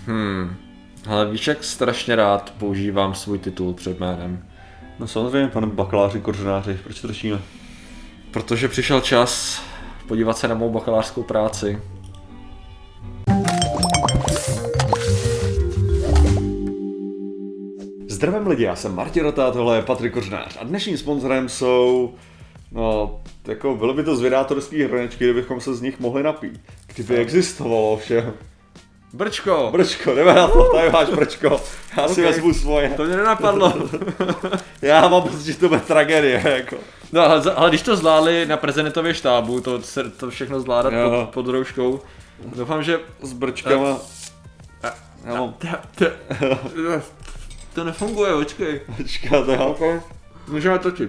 Ale víš, jak strašně rád používám svůj titul před jménem. No samozřejmě, pane bakaláři, kořenáři, proč to řešíme? Protože přišel čas podívat se na mou bakalářskou práci. Zdravím lidi, já jsem Martin Rota, tohle je Patrik Kořenář a dnešním sponzorem jsou, no, jako byly by to zvědátorský hrnečky, kdybychom se z nich mohli napít. Kdyby existovalo všem. Brčko! Brčko, jdeme na to, tady máš brčko, já si vezmu svoje. To mě nenapadlo. Já mám pocit, že to bude tragédie, jako. No ale když to zvládli na prezidentově štábu, to všechno zvládat pod rouškou, doufám, že s brčkama. Já mám. To nefunguje, počkej. Počkáte, já. Můžeme točit.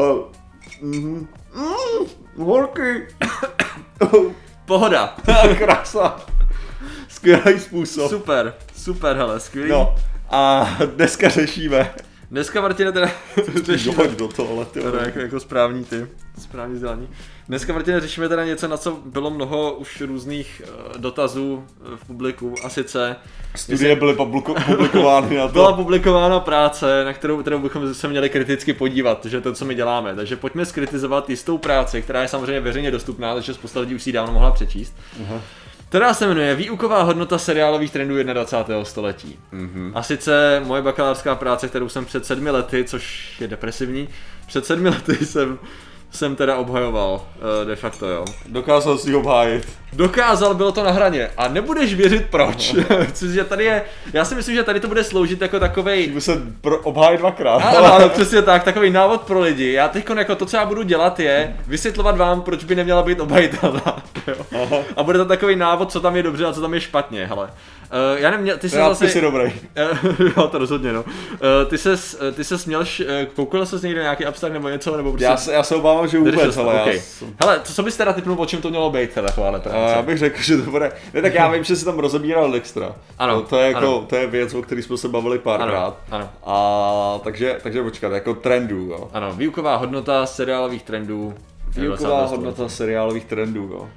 Horký. Pohoda. Krása. Skvělý způsob. Super, hele, skvělý. No a dneska řešíme. Dneska, Martine, teda řešíme. Do toho, jako správní vzdělání. Dneska, Martine, řešíme teda něco, na co bylo mnoho už různých dotazů v publiku, a sice... Studie byly publikovány na to. Byla publikována práce, na kterou bychom se měli kriticky podívat, že to, co my děláme. Takže pojďme skritizovat jistou práci, která je samozřejmě veřejně dostupná, takže spousta lidí už si ji dávno mohla přečíst. Která se jmenuje Výuková hodnota seriálových trendů 21. století. A sice moje bakalářská práce, kterou jsem před 7 lety, což je depresivní, před 7 lety jsem teda obhajoval, de facto, jo. Dokázal si obhájit. Dokázal, bylo to na hraně. A nebudeš věřit proč. Já si myslím, že tady to bude sloužit jako takovej... Můžu se obhájit dvakrát. Ano, přesně tak, takový návod pro lidi. Já teď jako to, co já budu dělat, je vysvětlovat vám, proč by neměla být obhajitelná. A bude to takový návod, co tam je dobře a co tam je špatně, hele. Já neměl, ty jsi zase... jsi dobrý. Jo, to rozhodně, no. Ty ses měl, koukal ses někde nějaký abstrakt nebo něco, nebo prostě... Já se obávám, že vůbec, ale okay. Hele, co bys teda typnul, o čem to mělo být, teda chvále práce? Já bych řekl, že to bude... Ne, tak já vím, že jsi tam rozebíral extra. Ano. To je jako, to je věc, o který jsme se bavili párkrát. Ano. A takže počkat, jako trendů, jo. Ano, výuková hodnota seriálových trendů. Výuková hodnota seriálových trendů, jo.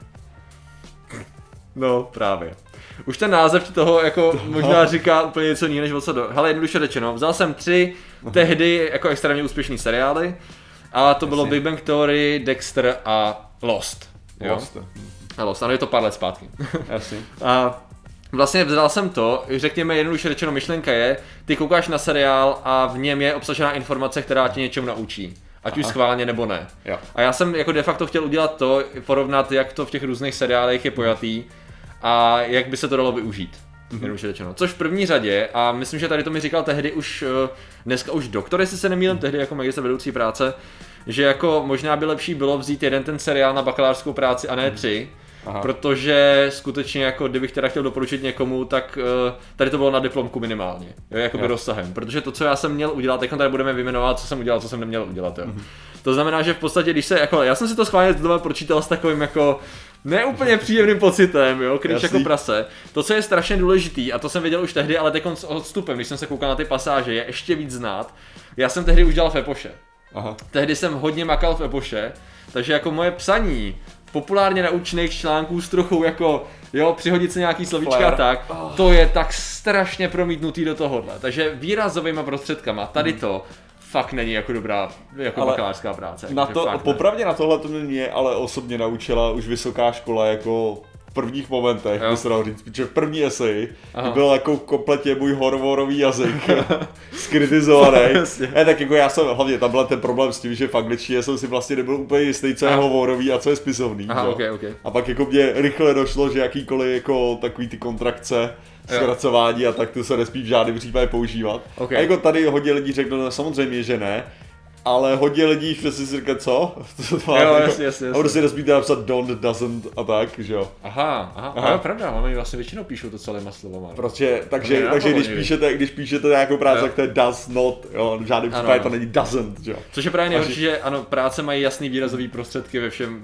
No, právě. Už ten název toho jako možná říká úplně něco jiného, než o co do... Hele, jednoduše řečeno, vzal jsem 3 tehdy jako extrémně úspěšný seriály a to bylo Big Bang Theory, Dexter a Lost. Jo? Lost, ano, je to pár let zpátky. Jasně. A vlastně vzal jsem to, řekněme jednoduše řečeno, myšlenka je, ty koukáš na seriál a v něm je obsažená informace, která tě něčemu naučí. Ať už schválně nebo ne. Jo. A já jsem jako de facto chtěl udělat to, porovnat, jak to v těch různých seriálech je pojatý a jak by se to dalo využít. Což v první řadě, a myslím, že tady to mi říkal tehdy už, dneska už doktor, jestli se nemýlím, tehdy jako magistr vedoucí práce, že jako možná by lepší bylo vzít jeden ten seriál na bakalářskou práci a ne 3, protože skutečně jako kdybych teda chtěl doporučit někomu, tak tady to bylo na diplomku minimálně, jo, jakoby rozsahem, protože to, co já jsem měl udělat, teď tady budeme vyjmenovat, co jsem udělal, co jsem neměl udělat, jo. To znamená, že v podstatě, když se jako, já jsem si to schválně doma pročítal s takovým jako neúplně příjemným pocitem, jo, když jako prase. To, co je strašně důležitý, a to jsem věděl už tehdy, ale teď s odstupem, když jsem se koukal na ty pasáže, je ještě víc znát. Já jsem tehdy už dělal v Epoše. Tehdy jsem hodně makal v Epoše, takže jako moje psaní populárně naučených článků s trochou jako, jo, přihodit se nějaký slovíčka a tak, to je tak strašně promítnutý do tohohle. Takže výrazovýma prostředkama, tady to fakt není jako dobrá jako bakalářská práce. Popravdě na tohle to mě ale osobně naučila už vysoká škola jako v prvních momentech, by se dalo říct, protože v první eseji byl jako kompletně můj hororový jazyk skritizovaný. Tak jako já jsem, hlavně tam byl ten problém s tím, že v angličtině jsem si vlastně nebyl úplně jistý, co je hovorový a co je spisovný. Okay. A pak jako mě rychle došlo, že jakýkoliv jako takový ty kontrakce, zkracování a tak to se nesmí v žádném případě používat. A jako tady hodně lidí řeklo, no samozřejmě, že ne. Ale hodně lidí přesně si říká, co? Jasně. A prostě nesmíte napsat don't, doesn't a tak, že jo? Aha. Jo, pravda, oni vlastně většinou píšou to celýma slovama. Takže když píšete nějakou práci, tak to je does not, jo? V žádném případě to není doesn't, že jo? Což je právě nejhorší, že ano, práce mají jasný výrazový prostředky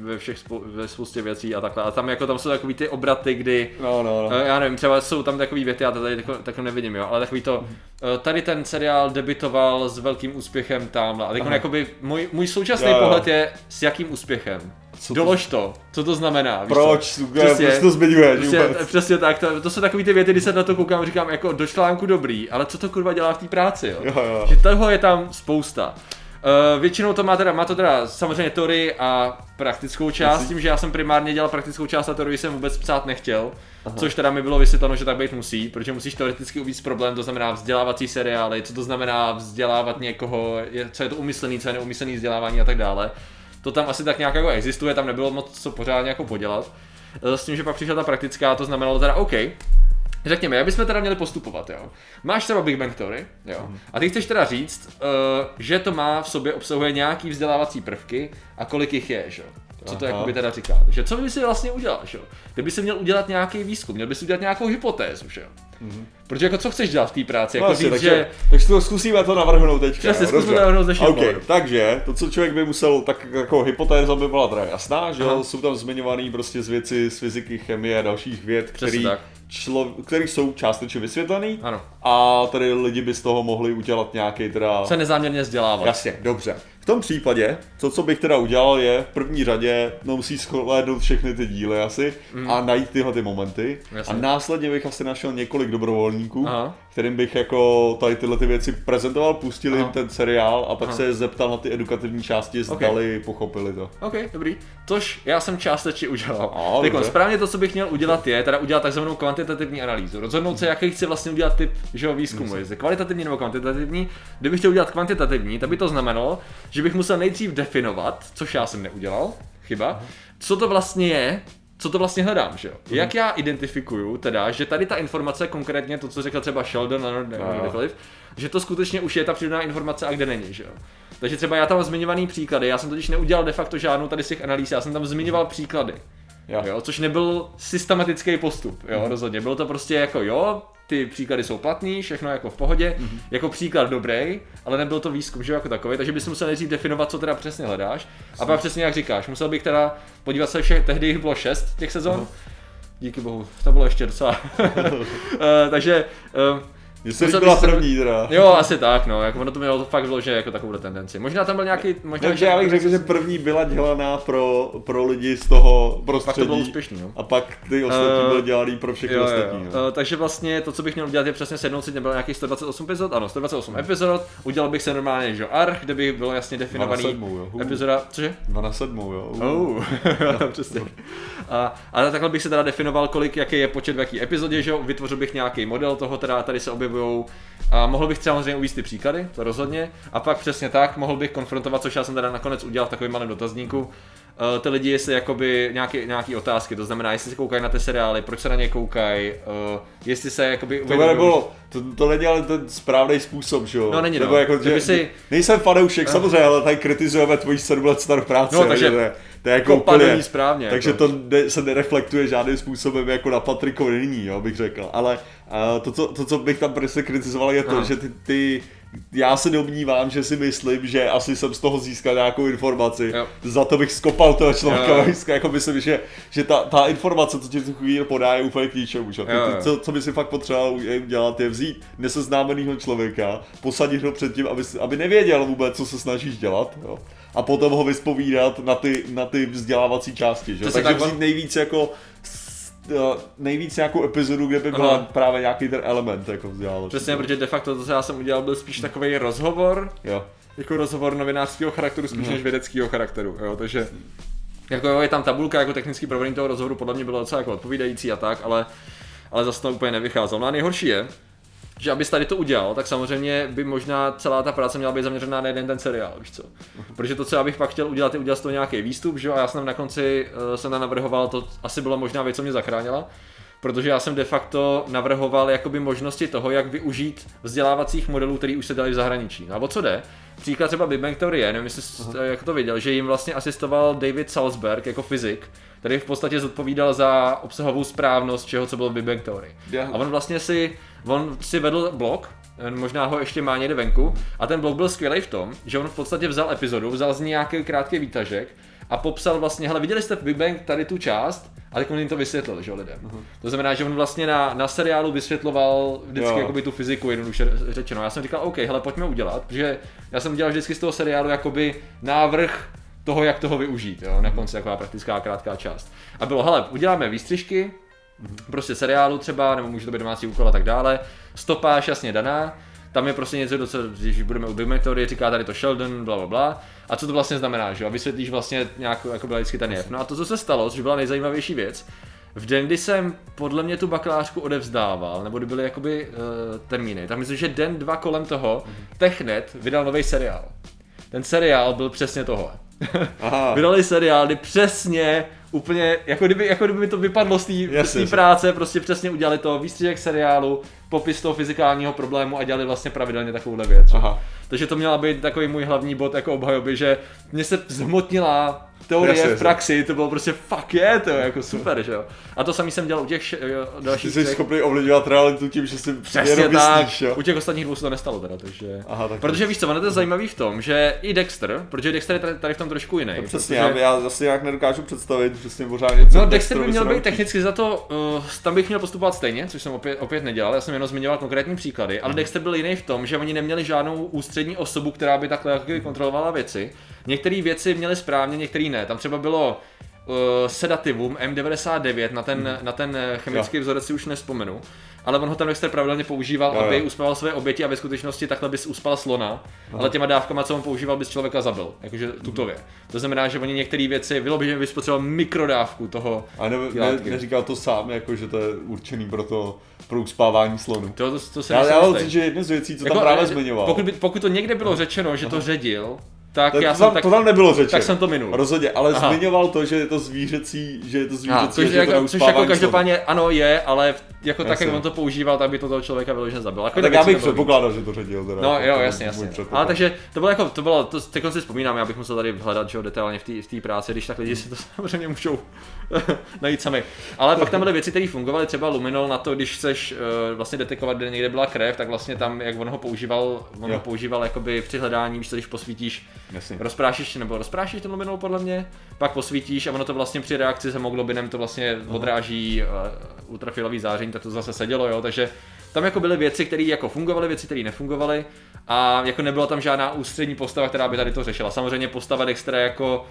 ve spoustě věcí a takhle. A tam jsou takový ty obraty, kdy, já nevím, třeba jsou tam takový věty, já to tady tak nevidím, jo? Ale takový to, tady ten seriál debitoval s velkým úspěchem tamhle. A jakoby můj současný pohled je s jakým úspěchem. Dolož to, co to znamená. Proč to zmiňuješ? Přesně tak, to jsou takový ty věty, kdy se na to koukám a říkám jako do článku dobrý, ale co to kurva dělá v té práci, jo? Že toho je tam spousta. Většinou to má to teda samozřejmě teorii a praktickou část, tím, že já jsem primárně dělal praktickou část a teorii jsem vůbec psát nechtěl, což teda mi bylo vysvětleno, že tak být musí, protože musíš teoreticky uvíct problém, to znamená vzdělávací seriály, co to znamená vzdělávat někoho, co je to umyslný, co je neumyslný vzdělávání a tak dále. To tam asi tak nějak jako existuje, tam nebylo moc co pořádně jako podělat. S tím, že pak přišla ta praktická, to znamenalo teda OK. Řekněme, jak bychom teda měli postupovat, jo. Máš třeba Big Bang Theory, jo. A ty chceš teda říct, že to má v sobě, obsahuje nějaký vzdělávací prvky a kolik jich je, že jo. Co to jakoby teda říká. Takže co by si vlastně udělal, že jo. Kdyby si měl udělat nějaký výzkum, měl bys udělat nějakou hypotézu, že jo. Protože jako co chceš dělat v té práci, jako říct, takže to zkusíme to navrhnout teďka. Přesně, zkusíme navrhnout ze okay, takže to, co člověk by musel, tak jako hypotéza by byla teda jasná, že jsou tam zmiňovaný prostě z věci z fyziky, chemie a dalších věd, který jsou částečně vysvětlený. Ano. A tady lidi by z toho mohli udělat nějaký teda... Se nezáměrně vzdělávat. Jasně, dobře. V tom případě, to, co bych teda udělal, je v první řadě, musí shlédnout všechny ty díly asi a najít tyhle ty momenty. Jasně. A následně bych asi našel několik dobrovolníků, kterým bych jako tady tyhle ty věci prezentoval, pustil jim ten seriál a pak se je zeptal na ty edukativní části, zdali pochopili to. OK, dobrý. Tož já jsem částečně udělal. Tak správně to, co bych měl udělat, je teda udělat takzvanou kvantitativní analýzu. Rozhodnout se, jaký chci vlastně udělat typ výzkumu, jestli kvalitativní nebo kvantitativní. Kdybych chtěl udělat kvantitativní, tak by to znamenalo, že bych musel nejdřív definovat, což já jsem neudělal, chyba, co to vlastně je, co to vlastně hledám, že jo? Jak já identifikuju teda, že tady ta informace, konkrétně to, co řekl třeba Sheldon nebo kdekoliv, že to skutečně už je ta přidaná informace a kde není, že jo? Takže třeba já tam mám zmiňovaný příklady, já jsem totiž neudělal de facto žádnou tady z těch analýz, já jsem tam zmiňoval příklady. Jo, což nebyl systematický postup, jo, rozhodně. Bylo to prostě jako ty příklady jsou platný, všechno jako v pohodě, jako příklad dobrý, ale nebyl to výzkum, že jako takový, takže bys musel nejdřív definovat, co teda přesně hledáš. A pak přesně jak říkáš, musel bych teda podívat se tehdy jich bylo 6 těch sezon. Díky bohu, to bylo ještě docela. Takže Jestli byla první teda. Jo, asi tak, no, jako ono to mělo fakt vložené jako takovou tendenci. Možná tam byl nějaký... Takže já bych řekl, že první byla dělaná pro lidi z toho prostředí. Pak to bylo úspěšný, no. A pak ty ostatní byly dělaný pro všechny ostatní. No. Takže vlastně to, co bych měl udělat, je přesně sednout si, nebylo nějakých 128 epizod, ano, 128 epizod, udělal bych se normálně, že arch, kde by bylo jasně definovaný epizoda, cože? 2/7, jo. Přesně. Ale takhle bych se teda definoval, jaký je počet v jaký epizodě, že jo, vytvořil bych nějaký model toho, teda tady se objevujou. A mohl bych třeba samozřejmě uvést ty příklady, to rozhodně, a pak přesně tak mohl bych konfrontovat, což já jsem teda nakonec udělal v takovém malém dotazníku, ty lidi, jestli jakoby nějaký otázky, to znamená, jestli se koukají na ty seriály, proč se na ně koukají, jestli se jakoby uvědomují. To nebylo, to nedělali ten správný způsob, že jo? No není, nebo jako, že nejsem fanoušek, samozřejmě, ale tady kritizujeme tvoji 7 let starou práci. No, takže to je jako úplně správně. Takže jako. To se nereflektuje žádným způsobem jako na Patriku nyní, jo, bych řekl. Ale to, co bych tam prostě kritizoval, je to, že já se domnívám, že si myslím, že asi jsem z toho získal nějakou informaci. Za to bych skopal toho člověka. Jako myslím, že ta informace, co ti tu chvíli podá, je úplně k ničemu. Co by si fakt potřeboval udělat, je vzít neseznámenýho člověka, posadit ho před tím, aby nevěděl vůbec, co se snažíš dělat. Jo? A potom ho vyspovídat na ty vzdělávací části. Že? Takže vzít nejvíc nějakou epizodu, kde by byla právě nějaký ten element jako vzdělávací. Přesně, protože de facto to, co já jsem udělal, byl spíš takový rozhovor, jako rozhovor novinářského charakteru, spíš než vědeckého charakteru, jo, takže jako je tam tabulka, jako technický provedení toho rozhovoru podle mě bylo docela jako odpovídající a tak, ale zase to úplně nevycházelo. No a nejhorší je, že abys tady to udělal, tak samozřejmě by možná celá ta práce měla být zaměřená na jeden ten seriál, víš co? Protože to, co já bych pak chtěl udělat, je udělat z toho nějaký výstup, že jo? A já jsem na konci navrhoval, to asi byla možná věc, co mě zachránila, protože já jsem de facto navrhoval jakoby možnosti toho, jak využít vzdělávacích modelů, který už se dali v zahraničí. No a o co jde? Příklad třeba Big Bang Theory, nevím, jestli jako to viděl, že jim vlastně asistoval David Salzberg jako fyzik, který v podstatě zodpovídal za obsahovou správnost všeho, co bylo v Big Bang Theory. A on vlastně si vedl blog, možná ho ještě má někde venku, a ten blog byl skvělý v tom, že on v podstatě vzal epizodu, vzal z ní nějaký krátký výtažek a popsal vlastně, hele, viděli jste v Big Bang tady tu část, a tak on jim to vysvětlil, že lidem. To znamená, že on vlastně na seriálu vysvětloval vždycky jakoby tu fyziku, jednoduše řečeno. Já jsem říkal, OK, hele, pojďme udělat, protože já jsem udělal vždycky z toho seriálu jakoby návrh toho, jak toho využít, jo, na konci taková praktická krátká část. A bylo, hele, uděláme výstřižky, prostě seriálu třeba, nebo může to být domácí úkol a tak dále, stopáž jasně daná, tam je prostě něco, když budeme u Big Bang Theory, říká tady to Sheldon, bla. A co to vlastně znamená, že jo? A vysvětlíš vlastně nějakou, jako byla vždycky ten jev. No a to, co se stalo, což byla nejzajímavější věc, v den, kdy jsem podle mě tu bakalářku odevzdával, nebo kdy byly jakoby termíny, tak myslím, že den, dva kolem toho Technet vydal nový seriál. Ten seriál byl přesně tohle. Vydali seriál, kdy přesně úplně, jako kdyby mi to vypadlo z té práce, prostě přesně udělali to, výstřižek seriálu, popis toho fyzikálního problému a dělali vlastně pravidelně takovouhle věc. Takže to měla být takový můj hlavní bod jako obhajoby, že mě se zhmotnila teorie v praxi, to bylo prostě fuck je, to jako super, že jo. A to samý jsem dělal u těch dalších. Ty jsi schopný ovlivňovat realitu tím, že si přesně tak, u těch ostatních dvou se to nestalo teda, takže. Protože víš co, ono to je zajímavý v tom, že i Dexter, protože Dexter je tady v tom trošku jiný. No přesně, protože... já zase nějak nedokážu představit přesně pořád něco. No Dexter by měl být technicky za to, tam bych měl postupovat stejně, což jsem opět nedělal, já jsem jenom zmiňoval konkrétní příklady, ale Dexter byl jiný v tom, že oni neměli žádnou ústřední osobu, která by takhle kontrolovala věci. Některé věci měly správně, některé ne. Tam třeba bylo sedativum M99 na ten chemický vzorec si už nevzpomenu, ale on ho ten Dexter pravidelně používal, aby uspával své oběti a ve skutečnosti takhle bys uspal slona, ale těma dávkama, co on používal, bys člověka zabil, jakože tutově. To znamená, že oni některé věci vyloženě bys potřeboval mikrodávku toho. A neříkal to sám, jako že to je určený pro uspávání slonu. To se já mám pocit, že jedna z věcí, co tam právě zmiňoval. Pokud to někde bylo řečeno, že to ředil, tak to tam nebylo řečeno. Tak jsem to minul. Rozhodně, ale zmiňoval to, že je to zvířecí, což jako každopádně ano je, ale jako tak, jak on to používal, tak by to toho člověka vyloženě zabil. Tak já bych předpokládal, že to ředil teda. No jo, jasně. Ale takže to bylo, teď si vzpomínám, já bych musel tady hledat, že jo, detailně v té práci, když tak lidi si to samozřejmě můžou najít sami. Ale pak tam byly věci, které fungovaly, třeba luminol na to, když chceš vlastně detekovat, kde někde byla krev, tak vlastně tam, jak on ho používal jakoby při hledání, víš co, když posvítíš, rozprášíš ten luminol podle mě, pak posvítíš a ono to vlastně při reakci s hemoglobinem to vlastně odráží ultrafialový záření, tak to zase sedělo, jo, takže tam jako byly věci, které jako fungovaly, věci, které nefungovaly a jako nebyla tam žádná ústřední postava, která by tady to řešila. Samozřejmě postava Dextera jako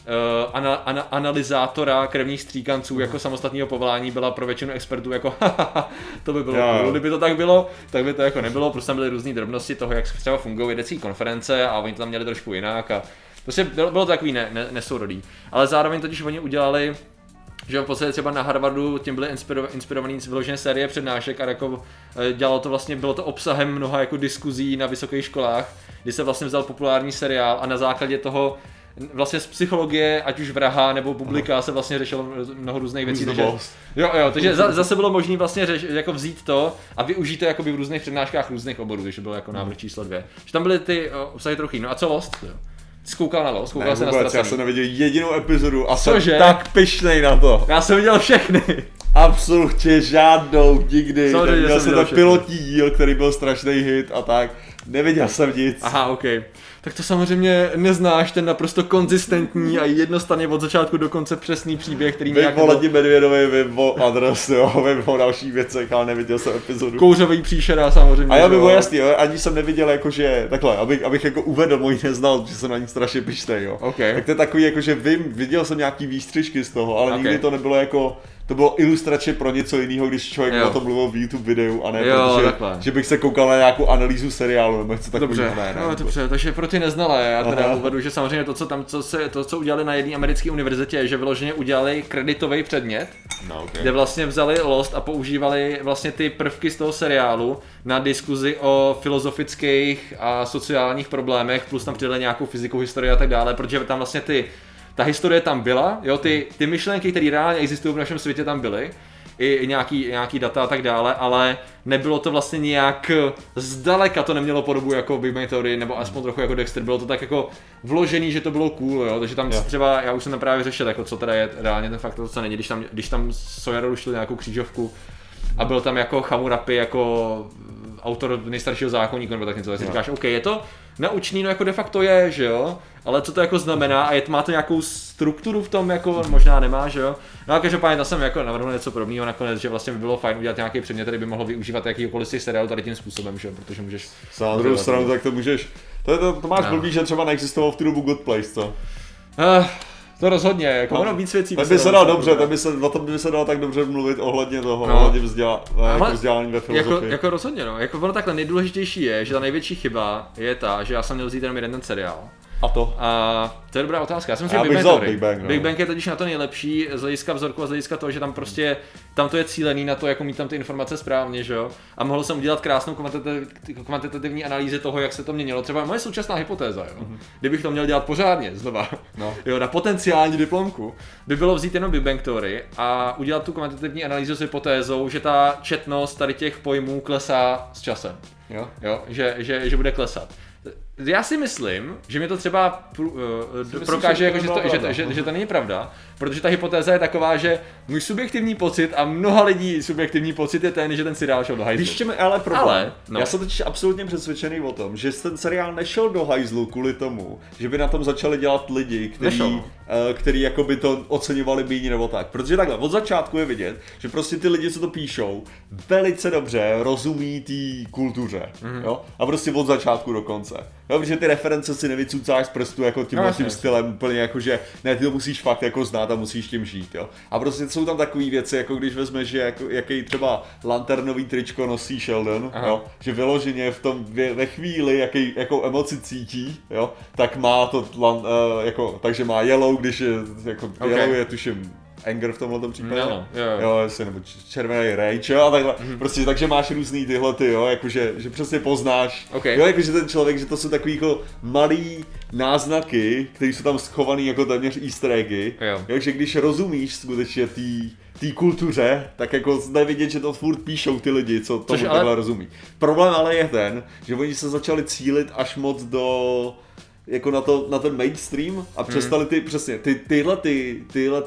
analyzátora krevních stříkanců jako samostatného povolání byla pro většinu expertů jako to by bylo cool. Kdyby to tak bylo, tak by to jako nebylo, prostě tam byly různé drobnosti toho, jak třeba fungují vědecké konference a oni to tam měli trošku jinak a prostě bylo to takový nesourodý. Ale zároveň totiž oni udělali, že v podstatě třeba na Harvardu tím byly inspirovaný vyložené série přednášek a jako bylo to obsahem mnoha jako diskuzí na vysokých školách, kdy se vlastně vzal populární seriál a na základě toho vlastně z psychologie, ať už vraha nebo publika se vlastně řešilo mnoho různých věcí. Takže zase bylo možné vlastně jako vzít to a využít to jakoby v různých přednáškách různých oborů, takže bylo jako návrh číslo 2. Že tam byly ty obsahy trochu. No a co Lost? Skoukal na Lost, koukal se na Ztracený. Já jsem neviděl jedinou epizodu a jsem tak pyšnej na to. Já jsem viděl všechny. Absolutně žádnou, nikdy. Měl jsem ten pilotní díl, který byl strašný hit a tak. Neviděl jsem nic. Aha, ok. Tak to samozřejmě neznáš ten naprosto konzistentní a jednostranně od začátku do konce přesný příběh, který nějak... Vím o Ledi Medvědovi, vím o Adres, vím o dalších věcech, ale neviděl jsem epizodu. Kouřový příšera samozřejmě. A já bych byl jasný, ani jsem neviděl jakože, takhle, abych jako uvedl mojí neznal, že jsem na ní strašně pyšnej, jo. Okay. Tak to je takový jakože viděl jsem nějaký výstřižky z toho, ale nikdy to nebylo jako... To bylo ilustračně pro něco jiného, když člověk o tom mluvil v YouTube videu a ne že bych se koukal na nějakou analýzu seriálu nebo něco takového. Dobře, takže pro ty neznalé, já teda uvedu, že samozřejmě to, co udělali na jedné americké univerzitě, že vyloženě udělali kreditový předmět, kde vlastně vzali Lost a používali vlastně ty prvky z toho seriálu na diskuzi o filozofických a sociálních problémech, plus tam přidali nějakou fyziku, historii a tak dále, protože tam vlastně ta historie tam byla, jo, ty myšlenky, které reálně existují v našem světě, tam byly, i nějaký data a tak dále, ale nebylo to vlastně nějak zdaleka, to nemělo podobu jako Big Bang Theory, nebo aspoň trochu jako Dexter, bylo to tak jako vložený, že to bylo cool, jo, takže tam třeba, já už jsem tam právě řešil, jako co teda je reálně ten fakt, to co není, když tam Sawyer rušil nějakou křížovku a byl tam jako Hammurapi, jako autor nejstaršího zákoníku, nebo tak něco, tak si říkáš, OK, je to naučný, no jako de facto je, že jo, ale co to jako znamená a má to nějakou strukturu v tom, jako možná nemá, že jo. No a každopádně jsem jako navrhl něco podobného nakonec, že vlastně by bylo fajn udělat nějaký předmět, který by mohl využívat jakýkoliv z těch seriálů tady tím způsobem, že jo, protože můžeš... Na druhou stranu, tak to můžeš, to máš blbý, že třeba neexistovalo v tu dobu Good Place, co? To rozhodně, jako ono víc věcí by se dalo dobře, o tom by se dalo tak dobře mluvit ohledně toho, ohledně vzdělání ve filozofii. Jako rozhodně, no. Jako ono takhle nejdůležitější je, že ta největší chyba je ta, že já jsem měl vzít jenom jeden ten seriál. A to? A to je dobrá otázka. Já jsem si Big Bang je totiž na to nejlepší z hlediska vzorku a z hlediska toho, že tam prostě, tam to je cílený na to, jako mít tam ty informace správně, že jo. A mohl jsem udělat krásnou kvantitativní analýzy toho, jak se to měnilo. Třeba moje současná hypotéza, jo. Kdybych to měl dělat pořádně, znova, jo, na potenciální diplomku, by bylo vzít jenom Big Bang Theory a udělat tu kvantitativní analýzu s hypotézou, že ta četnost tady těch pojmů klesá s časem. Jo, že bude klesat. Já si myslím, že mě to třeba prokáže, jako, že to není pravda, protože ta hypotéza je taková, že můj subjektivní pocit a mnoha lidí subjektivní pocit je ten, že ten seriál šel do hajzlu. Víš, čem ale problém? Já jsem totiž absolutně přesvědčený o tom, že ten seriál nešel do hajzlu kvůli tomu, že by na tom začali dělat lidi, kteří jako by to oceňovali míň nebo tak. Protože takhle, od začátku je vidět, že prostě ty lidi, co to píšou, velice dobře rozumí té kultuře, jo? A prostě od začátku do konce. Jo, protože ty reference si nevycucáš z prstu jako tím stylem úplně jako, že ne, ty to musíš fakt jako znát a musíš tím žít, jo. A prostě jsou tam takové věci, jako když vezmeš, že jako, jaký třeba lanternový tričko nosí Sheldon, jo, že vyloženě v tom ve chvíli, jakou emoci cítí, jo, tak má to jako, takže má yellow, když je, jako yellow je tuším anger v tomhle případě, jo, nebo červený rage, jo, a takhle, prostě takže máš různý tyhle ty, jo, jakože, že přesně poznáš, jo, jakože ten člověk, že to jsou takový jako malý náznaky, které jsou tam schovaný jako téměř easter eggy, jo, že když rozumíš skutečně té kultuře, tak jako nevidět, že to furt píšou ty lidi, co tomu takhle rozumí. Problém ale je ten, že oni se začali cílit až moc do jako na ten mainstream a přestali tyhle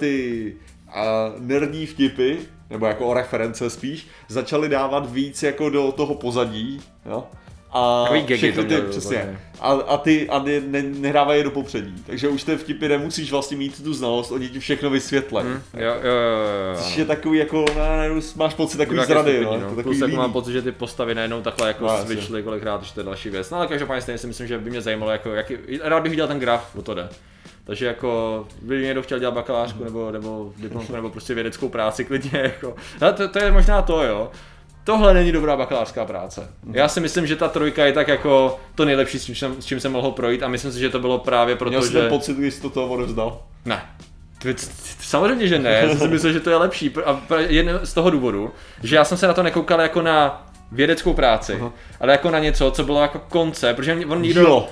nerdní vtipy, nebo jako reference spíš, začali dávat víc jako do toho pozadí, jo? A všechny ty, přesně, a ty nehrávají je do popředí, takže už ty vtipy nemusíš vlastně mít tu znalost, oni ti všechno vysvětlejí. Jo. Což je takový jako, máš pocit takový zrady, no. Plus jako mám pocit, že ty postavy najednou takhle jako switchly kolikrát, že to je další věc. No ale každopádně stejně si myslím, že by mě zajímalo, jako, rád bych viděl ten graf, o to jde. Takže jako, by někdo chtěl dělat bakalářku nebo diplomku nebo prostě vědeckou práci klidně, jako. To je možná to, jo. Tohle není dobrá bakalářská práce. Já si myslím, že ta trojka je tak jako to nejlepší, s čím jsem mohl projít a myslím si, že to bylo právě proto, že... Měl jsi pocit, když jsi to toho odevzdal? Ne. Samozřejmě, že ne. Já si myslím, že to je lepší a jen z toho důvodu, že já jsem se na to nekoukal jako na vědeckou práci, ale jako na něco, co bylo jako konce, protože on nikdo...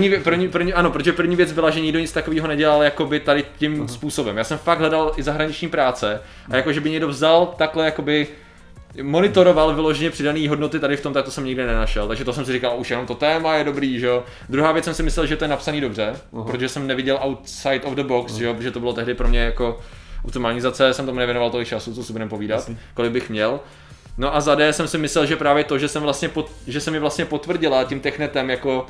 Protože první věc byla, že nikdo nic takového nedělal jakoby tady tím způsobem. Já jsem fakt hledal i zahraniční práce a jako, že by někdo vzal takhle jakoby monitoroval vyloženě přidaný hodnoty tady v tom, tak to jsem nikdy nenašel, takže to jsem si říkal, už jenom to téma je dobrý, že jo. Druhá věc jsem si myslel, že to je napsaný dobře, protože jsem neviděl outside of the box, že jo, protože to bylo tehdy pro mě jako optimalizace, jsem tomu nevěnoval tolik času, co si budeme povídat, kolik bych měl. No a za D jsem si myslel, že právě to, že se mi vlastně potvrdila tím technetem jako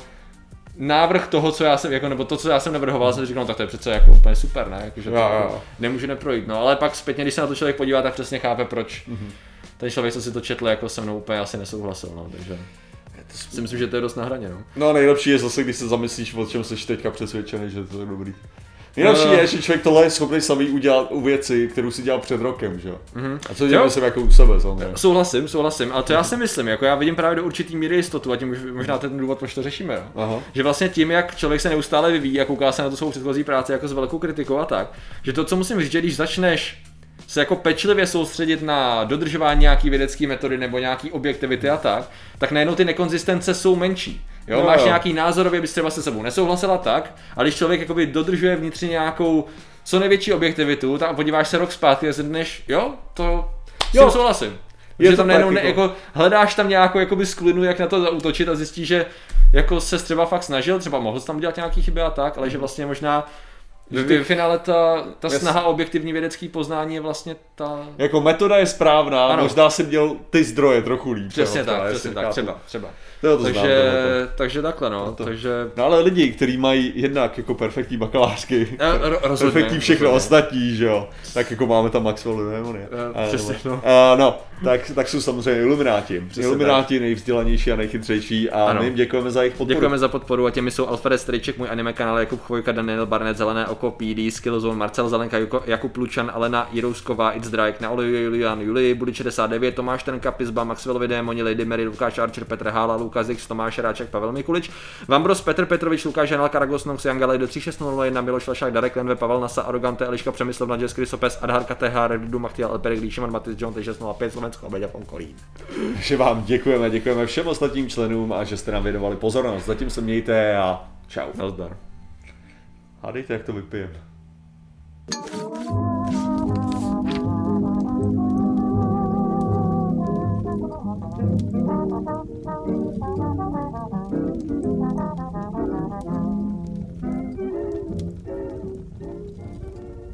návrh toho, co já jsem, jako, nebo to, co já jsem navrhoval, jsem říkal, no tak to je přece jako úplně super, ne, jako, že to jako nemůže neprojít, no ale pak zpětně, když se na to člověk podívá, tak přesně chápe, proč ten člověk, co si to četl, jako se mnou úplně asi nesouhlasil, no, takže si myslím, že to je dost na hraně, no. No a nejlepší je zase, když se zamyslíš, o čem jsi teďka přesvědčený, že to je dobrý. Nejlepší je, že člověk tohle je schopný samý udělat u věci, kterou si dělal před rokem, že jo? A co dělám jako u sebe, samozřejmě. Souhlasím, ale to já si myslím, jako já vidím právě do určitý míry jistotu a tím možná ten důvod, proč to řešíme, jo? Že vlastně tím, jak člověk se neustále vyvíjí a kouká se na tu svou předchozí práci jako s velkou kritikou a tak, že to, co musím říct, že když začneš se jako pečlivě soustředit na dodržování nějaký vědecké metody nebo nějaký objektivity a tak najednou ty nekonzistence jsou menší. Jo, máš nějaký názorově, bys třeba se sebou nesouhlasila tak, ale když člověk jakoby dodržuje vnitřně nějakou co největší objektivitu, tak podíváš se rok zpátky a řekneš, to s tím souhlasím. Že tam najednou jako hledáš tam nějakou jakoby sklinu, jak na to zaútočit a zjistíš, že jako se třeba fakt snažil, třeba mohl jsi tam dělat nějaký chyby a tak, ale že vlastně možná v finále ta snaha o objektivní vědecký poznání je vlastně ta... Jako metoda je správná, ano. Možná si měl ty zdroje trochu líp. Přesně tak, třeba. Takže takhle, no. No ale lidi, kteří mají jednak jako perfektní bakalářky, perfektní všechno ostatní, že jo, tak jako máme tam Maxwellu démonie. Přesně, no. Tak jsou samozřejmě ilumináti nejvzdělanější a nejchytřejší a my jim děkujeme za jejich podporu. Děkujeme za podporu a těmi jsou Alfred Strejček, můj anime kanál, Jakub Chvojka, Daniel Barnett, Zelené Oko, PD, Skillzone, Marcel Zelenka, Jakub Lučan, Alena Jirousková, It's Drake, na Olivia, Julian, Julii, Budi 69, Tomáš Trnka, Pizba, Maxwellovi Démoni, Lady Mary, Lukáš Archer, Petr Hála, Lukáš Zix, Tomáš Ráček, Pavel Mikulič, Vambros, Petr Petrovič, Lukáš Janal, Karagos, Nox, Jangalej do 3601, Miloš Lašák, Darek Lenve, Pavel Nasa, Arogante, Eliška Přemyslov, Nadžes, Krysopes, Adhar KTH, Redu, Machtiel, Elperek, Líšeman, Matis, John, 605, Slovensko, Beďa Ponkolín. Takže vám děkujeme všem ostatním členům a že jste nám věnovali pozornost. Zatím se mějte a čau. Nazdar. Hádejte, jak to vypijem.